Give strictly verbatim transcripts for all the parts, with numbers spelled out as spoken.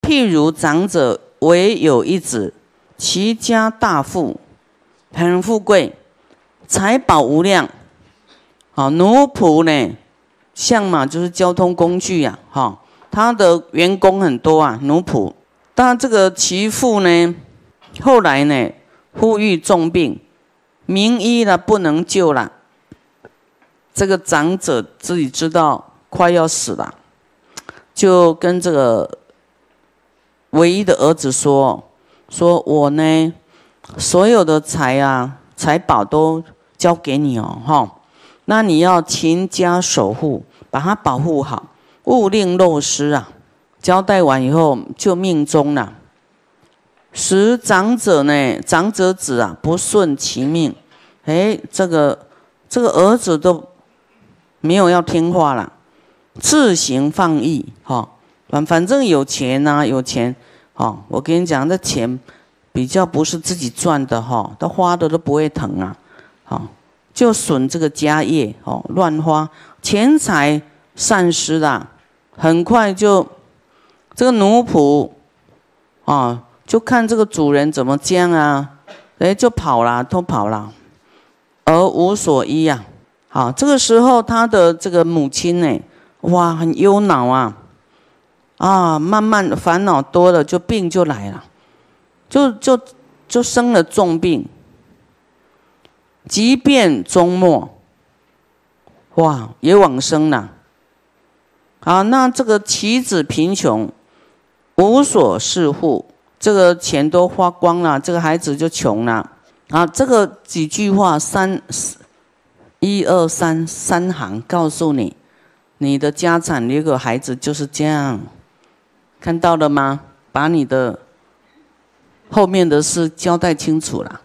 譬如长者唯有一子，其家大富，很富贵，财宝无量。好，奴仆呢，相嘛就是交通工具呀、啊，哈，他的员工很多啊，奴仆。但这个其父呢，后来呢，忽遇重病，名医了不能救了。这个长者自己知道快要死了，就跟这个唯一的儿子说：“说我呢，所有的财啊财宝都交给你哦，哈，那你要勤加守护，把它保护好，勿令漏失啊。”交代完以后，就命终了。使长者呢，长者子啊，不顺其命，哎，这个这个儿子都没有要听话了，自行放逸，哈，反反正有钱啊，有钱，哈，我跟你讲，这钱比较不是自己赚的，哈，他花的都不会疼啊，好，就损这个家业，哦，乱花，钱财散失啦，很快就这个奴仆，啊，就看这个主人怎么讲啊，哎，就跑了，都跑了，而无所依呀、啊。好，这个时候他的这个母亲呢，哇，很忧恼啊，啊，慢慢烦恼多了，就病就来了，就就就生了重病，即便终末，哇，也往生了。好，那这个其子贫穷，无所事护，这个钱都花光了，这个孩子就穷了。啊，这个几句话，三。一二三三行告诉你，你的家产如果孩子就是这样，看到了吗？把你的后面的事交代清楚了。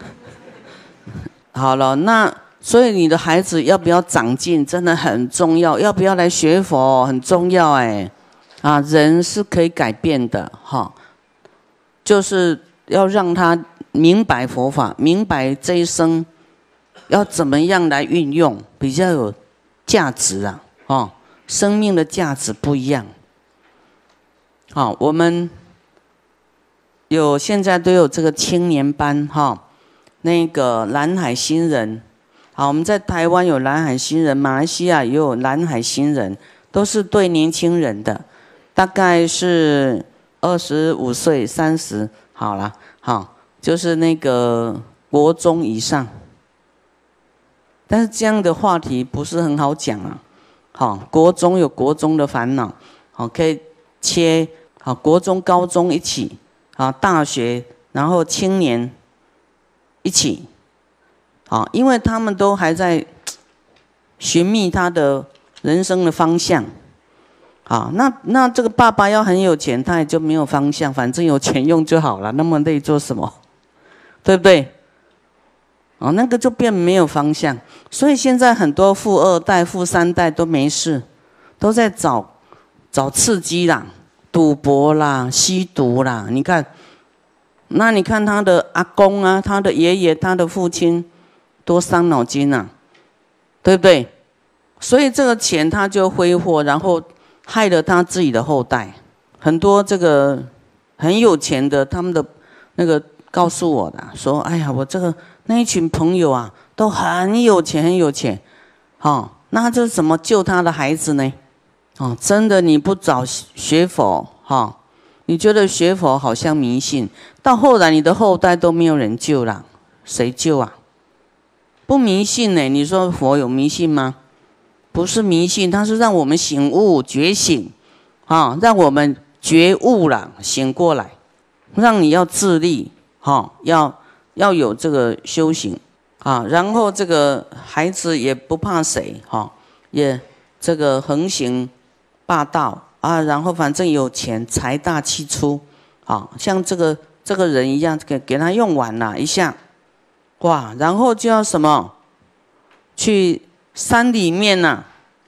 好了，那所以你的孩子要不要长进，真的很重要。要不要来学佛，很重要哎。啊，人是可以改变的哈，就是要让他明白佛法，明白这一生。要怎么样来运用比较有价值啊？哦，生命的价值不一样。好、哦，我们有现在都有这个青年班哈、哦，那个蓝海新人。好，我们在台湾有蓝海新人，马来西亚也有蓝海新人，都是对年轻人的，大概是二十五岁、三十，好了，好，就是那个国中以上。但是这样的话题不是很好讲啊，好，国中有国中的烦恼，好，可以切，好，国中、高中一起，好，大学，然后青年一起，好，因为他们都还在寻觅他的人生的方向，好，那那这个爸爸要很有钱，他也就没有方向，反正有钱用就好了，那么累做什么？对不对？哦，那个就变没有方向，所以现在很多富二代、富三代都没事，都在找找刺激啦，赌博啦、吸毒啦。你看，那你看他的阿公啊、他的爷爷、他的父亲，多伤脑筋啊，对不对？所以这个钱他就挥霍，然后害了他自己的后代。很多这个很有钱的，他们的那个告诉我的说：“哎呀，我这个。”那一群朋友啊，都很有钱，很有钱，哦，那这怎么救他的孩子呢？哦，真的，你不早学佛，哈、哦，你觉得学佛好像迷信，到后来你的后代都没有人救了，谁救啊？不迷信呢？你说佛有迷信吗？不是迷信，它是让我们醒悟、觉醒，啊、哦，让我们觉悟了，醒过来，让你要自立，哈、哦，要。要有这个修行啊，然后这个孩子也不怕谁哈、啊，也这个横行霸道啊，然后反正有钱财大气粗，啊，像这个这个人一样，给给他用完了一下，哇，然后就要什么，去山里面呐、啊，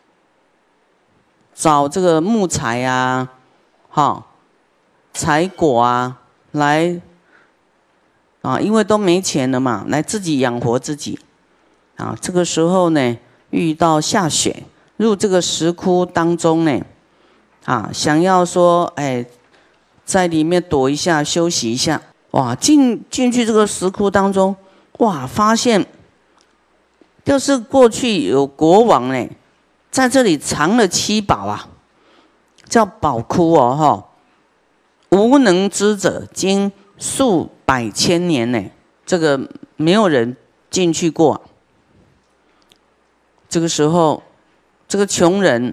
找这个木材啊，哈，采果啊来。啊，因为都没钱了嘛，来自己养活自己。啊，这个时候呢，遇到下雪，入这个石窟当中呢，啊，想要说，哎， 在里面躲一下，休息一下。哇，进进去这个石窟当中，哇，发现就是过去有国王呢，在这里藏了七宝啊，叫宝窟哦，哈。无能之者，经数百千年呢，这个没有人进去过。这个时候，这个穷人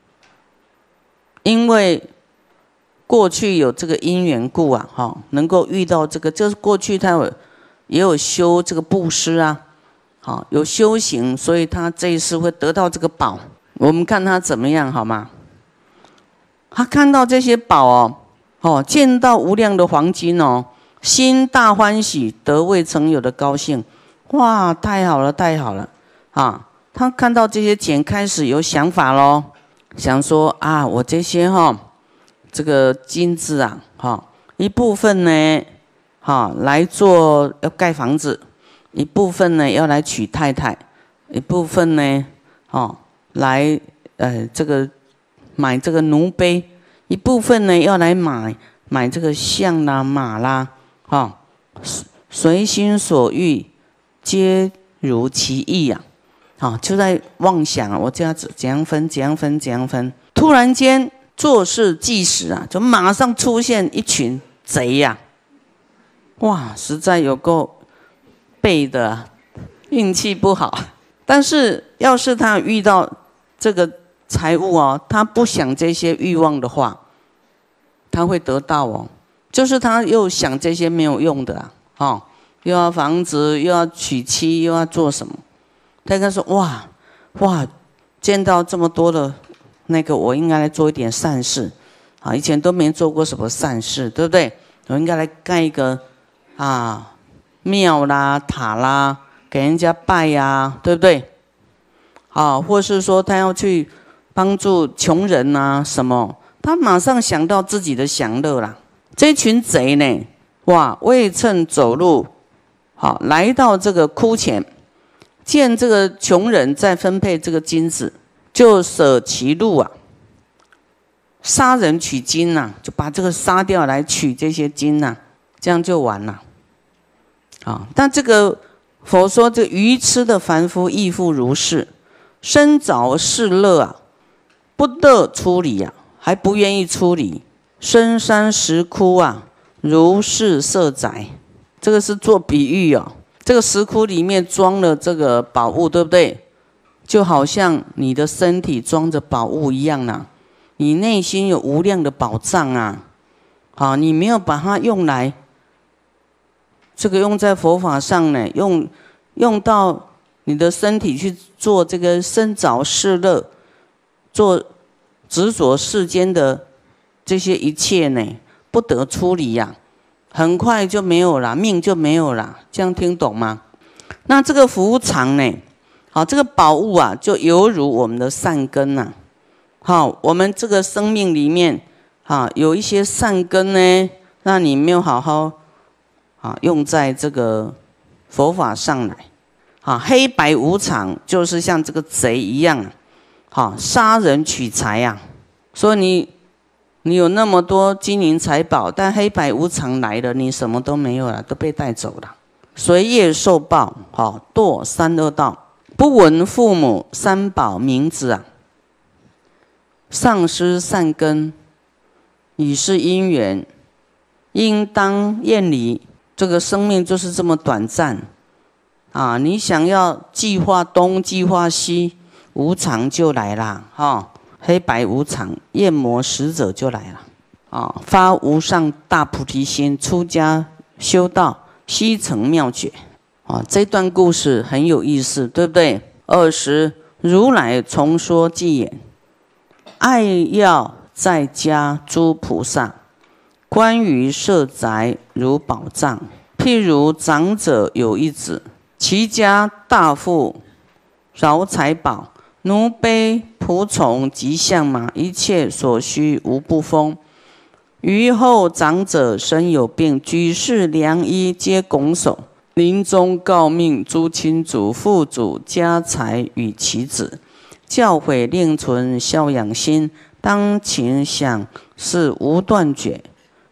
因为过去有这个因缘故啊，哈，能够遇到这个，就是过去他有也有修这个布施啊，好，有修行，所以他这一世会得到这个宝。我们看他怎么样，好吗？他看到这些宝哦。哦，见到无量的黄金哦，心大欢喜，得未曾有的高兴。哇，太好了，太好了啊！他看到这些钱，开始有想法咯，想说啊，我这些哈、哦，这个金子啊，哈、哦，一部分呢，哈、哦，来做要盖房子，一部分呢要来娶太太，一部分呢，哦，来呃这个买这个奴婢。一部分呢要来买买这个象啦、马啦，哈、哦，随心所欲，皆如其意呀、啊，啊，就在妄想啊，我这样子怎样分，怎样分，怎样分。突然间做事计时啊，就马上出现一群贼呀、啊，哇，实在有够背的、啊，运气不好。但是要是他遇到这个财物哦，他不想这些欲望的话，他会得到哦。就是他又想这些没有用的啊，哦，又要房子，又要娶妻，又要做什么？他跟他说：哇哇，见到这么多的那个，我应该来做一点善事啊！以前都没做过什么善事，对不对？我应该来盖一个啊庙啦、塔啦，给人家拜呀、啊，对不对？啊，或是说他要去帮助穷人啊什么，他马上想到自己的享乐啦。这群贼呢，哇，未趁走路，好来到这个窟前，见这个穷人在分配这个金子，就舍其路啊，杀人取金呐、啊，就把这个杀掉来取这些金呐、啊，这样就完了。啊，但这个佛说，这愚痴的凡夫亦复如是。身着世乐啊，不得出离啊，还不愿意出离。深山石窟啊，如是设宅，这个是做比喻哦。这个石窟里面装了这个宝物，对不对？就好像你的身体装着宝物一样啊，你内心有无量的宝藏啊，好，你没有把它用来，这个用在佛法上呢，用用到你的身体去做这个身着世乐，做执着世间的这些一切呢，不得出离呀、啊，很快就没有了，命就没有了，这样听懂吗？那这个福常呢，好，这个宝物啊，就犹如我们的善根呐、啊，好，我们这个生命里面啊，有一些善根呢，那你没有好好啊用在这个佛法上来。啊，黑白无常就是像这个贼一样，好，杀人取财呀、啊。所以你你有那么多金银财宝，但黑白无常来了，你什么都没有了，都被带走了。随业受报，好，堕三恶道，不闻父母三宝名字啊，丧失善根，已是因缘，应当厌离。这个生命就是这么短暂。啊，你想要计划东计划西，无常就来啦，哈、哦，黑白无常，夜魔使者就来了，啊、哦，发无上大菩提心，出家修道，悉成妙觉，啊、哦，这段故事很有意思，对不对？二十，如来重说偈言：爱要在家诸菩萨，关于设宅如宝藏，譬如长者有一子。其家大富，饶财宝，奴婢仆从及象马，一切所需无不丰。于后长者身有病，举世良医皆拱手，临终告命诸亲族、父祖、家财与其子，教诲令存孝养心，当勤想是无断绝。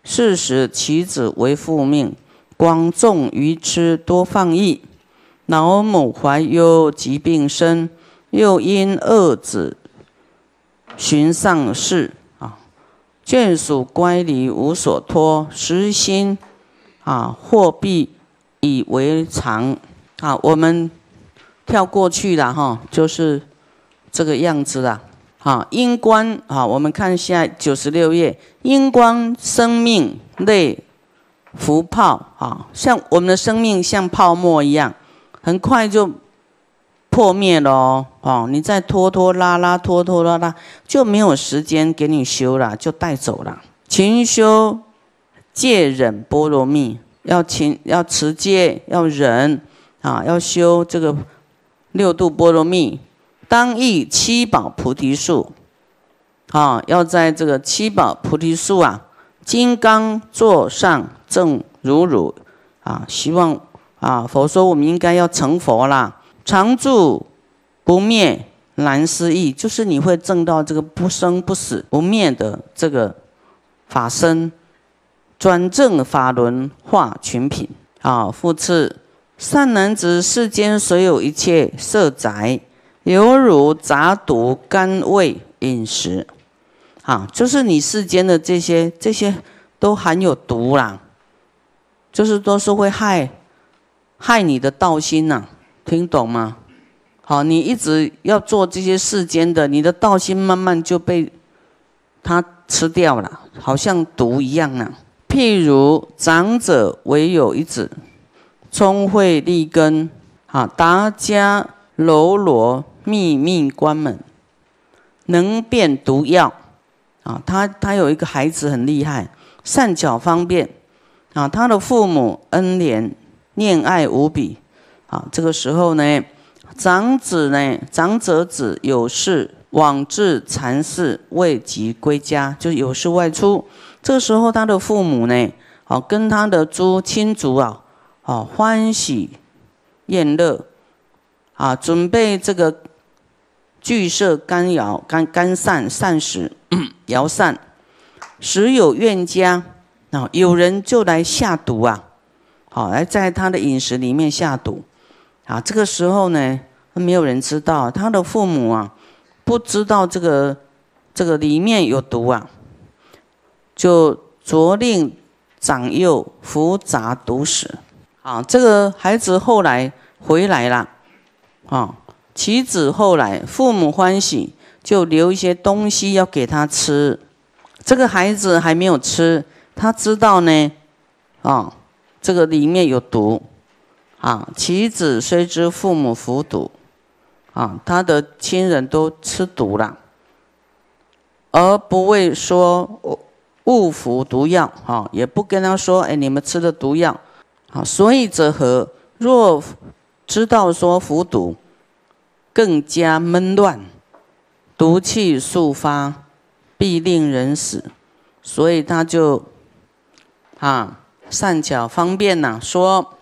是时其子为父命，广种愚痴多放逸。老母怀忧疾病生，又因二子寻上世啊，眷属乖离无所托，实心啊货币以为常啊。我们跳过去了哈，就是这个样子啦。啊，因观啊，我们看下九十六页，因观生命类浮泡啊，像我们的生命像泡沫一样，很快就破灭了哦。哦，你再拖拖拉拉，拖拖拉拉，就没有时间给你修了，就带走了。勤修戒忍波罗蜜，要勤要持戒，要忍啊，要修这个六度波罗蜜。当忆七宝菩提树，啊，要在这个七宝菩提树啊，金刚座上正如汝啊，希望啊，佛说我们应该要成佛啦，常住不灭难思议，就是你会证到这个不生不死不灭的这个法身，转正法轮化群品啊。复次，善男子，世间所有一切色宅，犹如杂毒甘味饮食，啊，就是你世间的这些这些都含有毒啦，就是都是会害害你的道心呐、啊，听懂吗？好，你一直要做这些世间的，你的道心慢慢就被它吃掉了，好像毒一样啊。譬如长者唯有一子，聪慧利根，啊，达迦楼罗秘密关门，能辨毒药啊。他他有一个孩子很厉害，善巧方便啊。他的父母恩怜，念爱无比啊。这个时候呢，长子呢，长者子有事往至禅寺，未及归家，就有事外出。这个时候，他的父母呢，啊，跟他的诸亲族啊，啊，欢喜宴乐啊，准备这个具设干肴、干干膳、膳食、肴膳，时有怨家啊，有人就来下毒啊，好，来在他的饮食里面下毒啊。这个时候呢，没有人知道，他的父母啊，不知道这个这个里面有毒啊，就着令长幼服杂毒食。啊，这个孩子后来回来了，啊。其子后来父母欢喜，就留一些东西要给他吃。这个孩子还没有吃，他知道呢，啊，这个里面有毒，啊，其子虽知父母服毒，啊，他的亲人都吃毒了，而不为说误服毒药，啊，也不跟他说，哎，你们吃的毒药，啊，所以则何？若知道说服毒，更加闷乱，毒气速发，必令人死。所以他就啊善巧方便呐、啊，说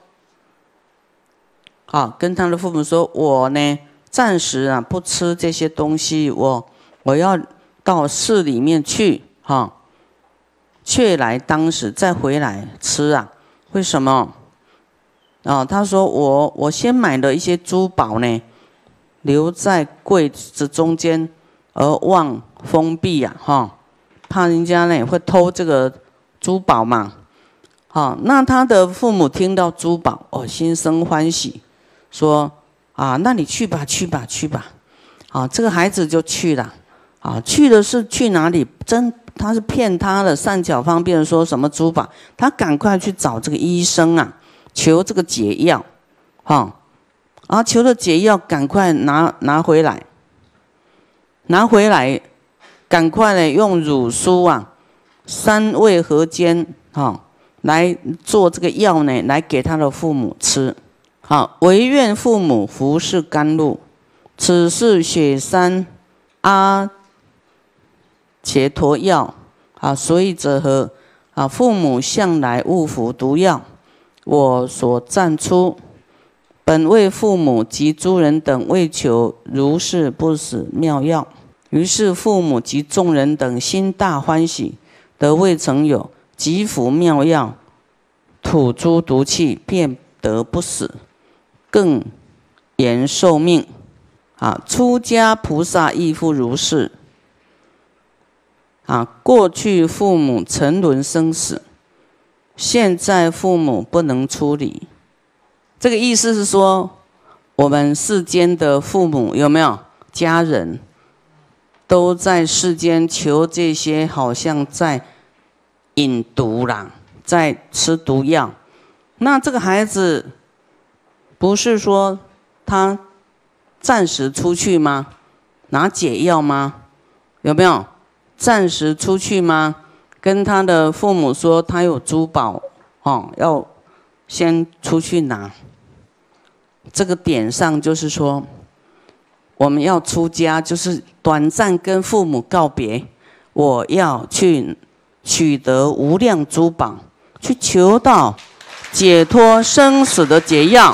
啊跟他的父母说，我呢暂时啊不吃这些东西，我我要到寺里面去哈、啊，却来当时再回来吃啊。为什么？啊，他说我我先买了一些珠宝呢，留在柜子中间，而忘封闭呀、啊，哈，怕人家呢会偷这个珠宝嘛，好，那他的父母听到珠宝，哦，心生欢喜，说啊，那你去吧，去吧，去吧，啊，这个孩子就去了，啊，去的是去哪里？真他是骗他的，善巧方便说什么珠宝，他赶快去找这个医生啊，求这个解药，哈。啊，求了解药，赶快拿拿回来，拿回来，赶快呢用乳酥啊，三味合煎，哈、哦，来做这个药呢，来给他的父母吃。好，唯愿父母服侍甘露，此是雪山阿伽陀药啊，所以者何？啊，父母向来误服毒药，我所赞出。本为父母及诸人等为求如是不死妙药，于是父母及众人等心大欢喜，得未曾有积福妙药，吐诸毒气，便得不死，更延寿命。啊，出家菩萨亦复如是。啊，过去父母沉沦生死，现在父母不能出离。这个意思是说，我们世间的父母有没有家人，都在世间求这些，好像在饮毒啦，在吃毒药。那这个孩子不是说他暂时出去吗？拿解药吗？有没有暂时出去吗？跟他的父母说他有珠宝，哦，要先出去拿。这个点上就是说，我们要出家，就是短暂跟父母告别，我要去取得无量珠宝，去求到解脱生死的解药。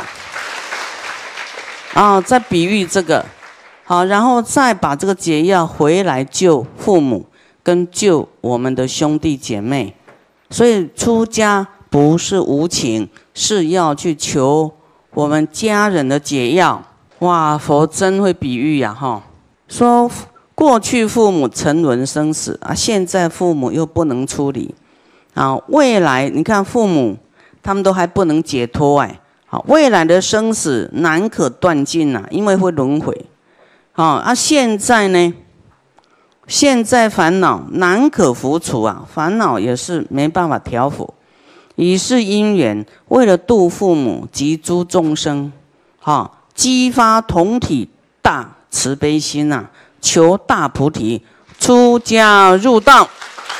啊，再比喻这个，好，然后再把这个解药回来救父母，跟救我们的兄弟姐妹。所以出家不是无情，是要去求我们家人的解药。哇，佛真会比喻呀、啊、哈！说过去父母沉沦生死啊，现在父母又不能出离啊，未来你看父母他们都还不能解脱哎，好，未来的生死难可断尽啊，因为会轮回。好啊，现在呢，现在烦恼难可伏除啊，烦恼也是没办法调伏。以是因缘，为了度父母及诸众生，哈。激发同体大慈悲心啊，求大菩提，出家入道。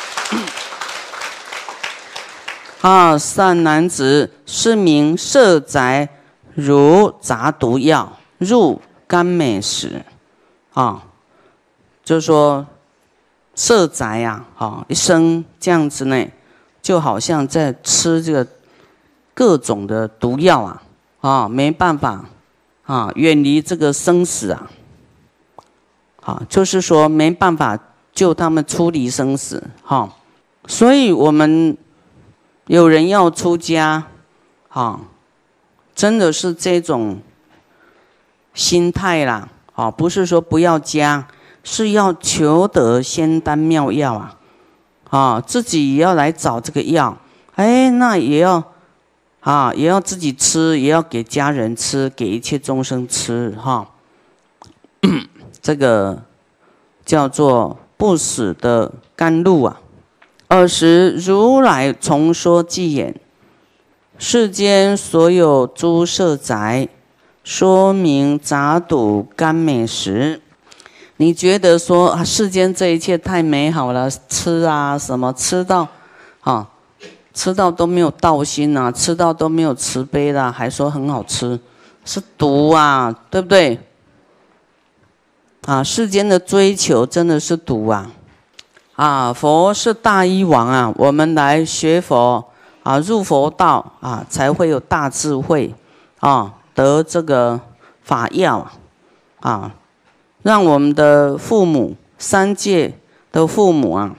啊，善男子，是名摄宅如杂毒药，入甘美食。啊，就是说摄宅啊，啊，一生这样子呢，就好像在吃这个各种的毒药啊，啊，没办法。啊，远离这个生死啊！啊，就是说没办法救他们出离生死哈、啊。所以我们有人要出家，啊，真的是这种心态啦，啊，不是说不要家，是要求得仙丹妙药啊，啊，自己也要来找这个药，哎，那也要。啊，也要自己吃，也要给家人吃，给一切众生吃，哈。这个叫做不死的甘露啊。尔时如来重说偈言：世间所有诸舍宅，说明杂毒甘美食。你觉得说啊，世间这一切太美好了，吃啊什么吃到啊？吃到都没有道心啊，吃到都没有慈悲啦、啊，还说很好吃，是毒啊，对不对？啊，世间的追求真的是毒啊！啊，佛是大医王啊，我们来学佛啊，入佛道啊，才会有大智慧啊，得这个法药啊，让我们的父母三界的父母啊。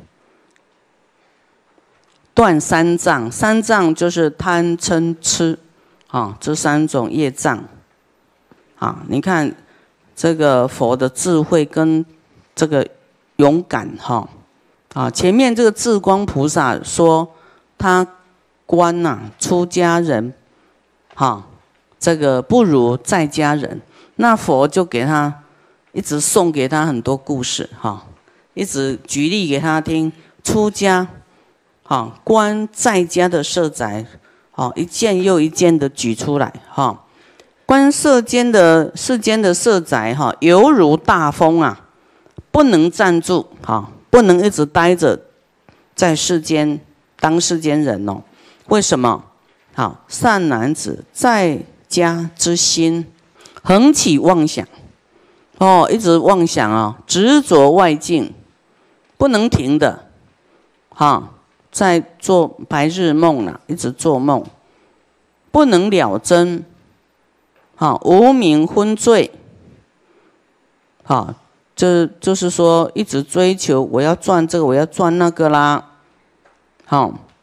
断三障，三障就是贪嗔痴，啊，这三种业障，啊，你看这个佛的智慧跟这个勇敢，哈，啊，前面这个智光菩萨说他观呐、啊，出家人，哈，这个不如在家人，那佛就给他一直送给他很多故事，哈，一直举例给他听，出家。好，观在家的舍宅，好，一件又一件的举出来，哈，观世间的世间的舍宅，哈，犹如大风啊，不能站住，哈，不能一直待着在世间当世间人哦。为什么？好，善男子在家之心，横起妄想，哦，一直妄想啊、哦，执着外境，不能停的，哈。在做白日梦了、啊，一直做梦，不能了真，好无明昏醉，好，这就是说一直追求我要赚这个，我要赚那个啦，好，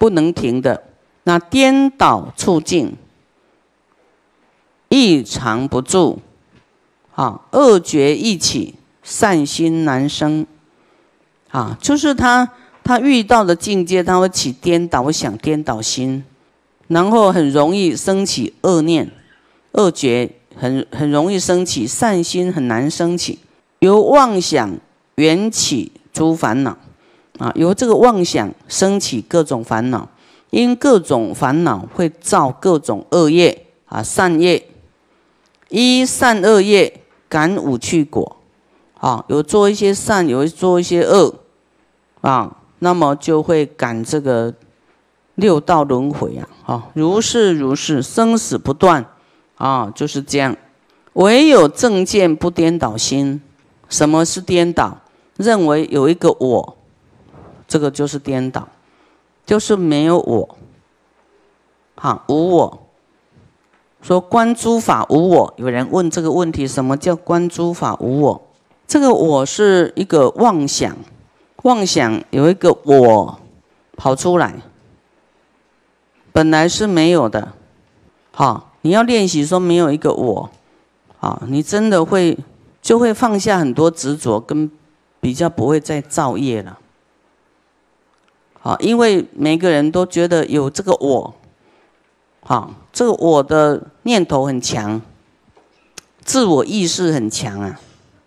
不能停的。那颠倒促进，意常不住，啊，恶觉一起，善心难生，啊，就是他他遇到的境界，他会起颠倒想、颠倒心，然后很容易升起恶念、恶觉，很很容易升起善心，很难升起，由妄想缘起诸烦恼，啊，由这个妄想升起各种烦恼。因各种烦恼会造各种恶业啊，善业，依善恶业感五趣果，啊，有做一些善，有做一些恶，啊，那么就会感这个六道轮回啊，啊，如是如是，生死不断，啊，就是这样。唯有正见不颠倒心。什么是颠倒？认为有一个我，这个就是颠倒。就是没有我，好，无我。说观诸法无我，有人问这个问题，什么叫观诸法无我？这个我是一个妄想，妄想有一个我跑出来，本来是没有的。好，你要练习说没有一个我，好，你真的会就会放下很多执着，跟比较不会再造业了。啊，因为每个人都觉得有这个我，好，这个我的念头很强，自我意识很强啊，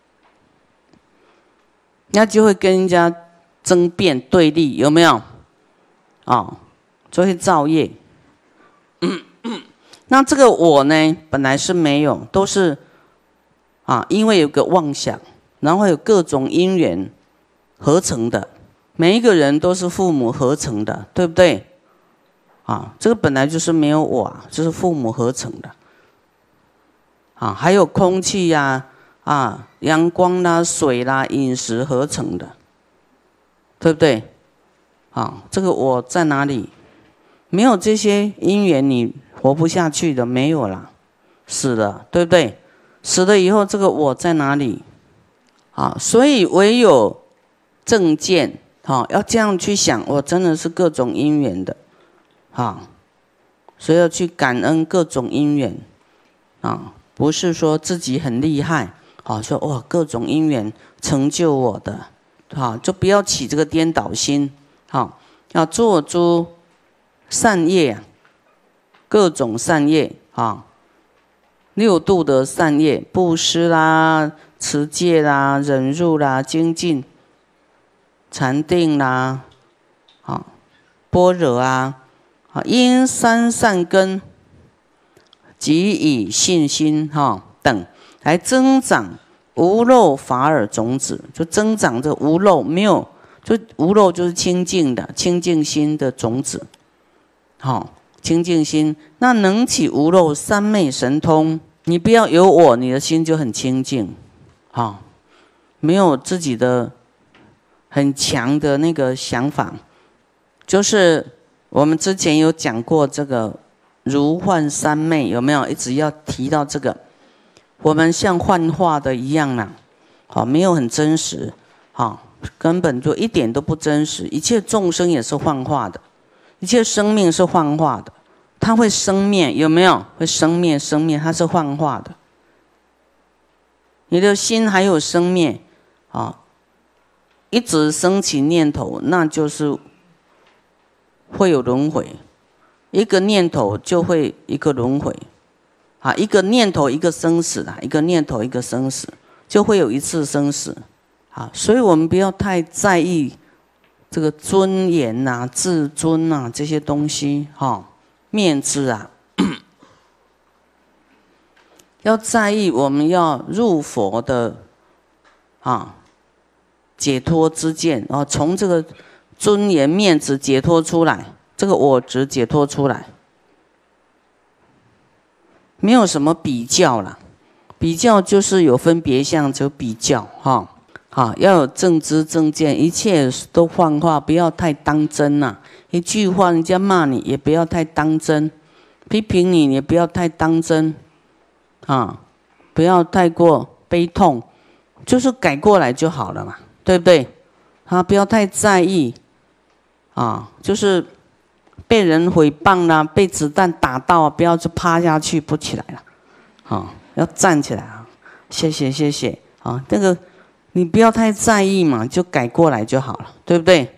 那就会跟人家争辩对立，有没有？啊，就会造业。嗯嗯，那这个我呢，本来是没有，都是啊，因为有个妄想，然后有各种因缘合成的。每一个人都是父母合成的，对不对？啊，这个本来就是没有我，就是父母合成的。啊，还有空气呀、啊，啊，阳光啦、水啦、饮食合成的，对不对？啊，这个我在哪里？没有这些因缘，你活不下去的，没有啦，死了，对不对？死了以后，这个我在哪里？啊，所以唯有正见。好，要这样去想，我真的是各种因缘的，好，所以要去感恩各种因缘，啊，不是说自己很厉害，好，说哇各种因缘成就我的，好，就不要起这个颠倒心，好，要做诸善业，各种善业，啊，六度的善业，布施啦、持戒啦、忍辱啦、精进。禅定啦，啊，般若啊，啊，因三善根，即以信心哈、啊、等来增长无漏法尔种子，就增长这无漏没有，就无漏就是清净的清净心的种子，好、啊，清净心，那能起无漏三昧神通，你不要有我，你的心就很清净，好、啊，没有自己的。很强的那个想法，就是我们之前有讲过这个如幻三昧，有没有？一直要提到这个，我们像幻化的一样啦，好，没有很真实，好，根本就一点都不真实。一切众生也是幻化的，一切生命是幻化的，它会生灭，有没有？会生灭，生灭，它是幻化的。你的心还有生灭，啊。一直升起念头，那就是会有轮回。一个念头就会一个轮回，啊，一个念头一个生死啊，一个念头一个生死，就会有一次生死，啊，所以我们不要太在意这个尊严呐、啊、自尊呐、啊、这些东西，哈、哦，面子啊，要在意我们要入佛的，啊。解脱之见啊，从这个尊严面子解脱出来，这个我执解脱出来，没有什么比较了。比较就是有分别相，就比较哈，好，要有正知正见，一切都幻化，不要太当真呐、啊。一句话人家骂你，也不要太当真；批评你，也不要太当真，啊，不要太过悲痛，就是改过来就好了嘛。对不对？啊，不要太在意，啊，就是被人诽谤啦，被子弹打到啊，不要就趴下去不起来了，好，要站起来啊！谢谢谢谢啊，这个你不要太在意嘛，就改过来就好了，对不对？